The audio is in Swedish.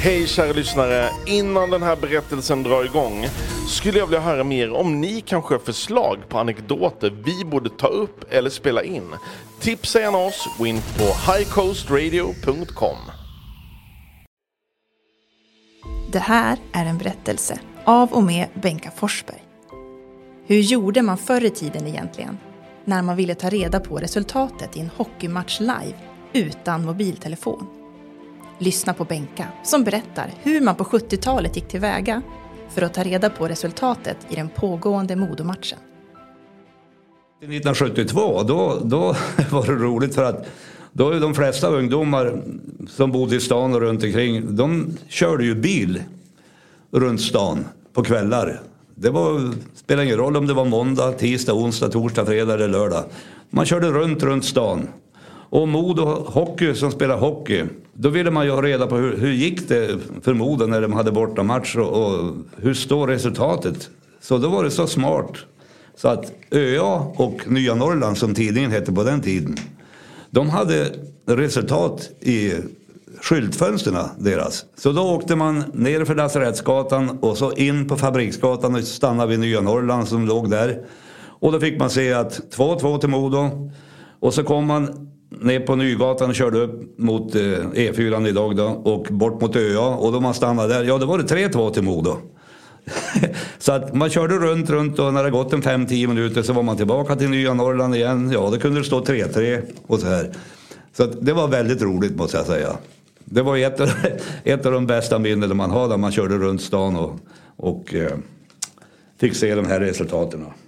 Hej kära lyssnare, innan den här berättelsen drar igång skulle jag vilja höra mer om ni kanske har förslag på anekdoter vi borde ta upp eller spela in. Tipsa gärna oss, gå in på highcoastradio.com. Det här är en berättelse av och med Benka Forsberg. Hur gjorde man förr i tiden egentligen? När man ville ta reda på resultatet i en hockeymatch live utan mobiltelefon. Lyssna på Benka som berättar hur man på 70-talet gick tillväga för att ta reda på resultatet i den pågående Modo-matchen. 1972, då var det roligt för att då är de flesta ungdomar som bodde i stan och runt omkring, de körde ju bil runt stan på kvällar. Det spelade ingen roll om det var måndag, tisdag, onsdag, torsdag, fredag eller lördag. Man körde runt stan. Och Modo Hockey som spelar hockey, då ville man ju ha reda på hur gick det för Modo när de hade borta match och hur står resultatet. Så då var det så smart så att ÖA och Nya Norrland som tidningen hette på den tiden, de hade resultat i skyltfönsterna deras. Så då åkte man ner för Lasarettsgatan och så in på Fabriksgatan och stannade vid Nya Norrland som låg där. Och då fick man se att 2-2 till Modo. Och så kom man ner på Nygatan och körde upp mot E4 idag då, och bort mot ÖA. Och då man stannade där, ja då var det 3-2 till Modo. Så att man körde runt och när det gått en 5-10 minuter så var man tillbaka till Nya Norrland igen. Ja, då kunde det stå 3-3 och så här. Så att det var väldigt roligt måste jag säga. Det var ett av de bästa minnen man har där man körde runt stan och fick se de här resultaten.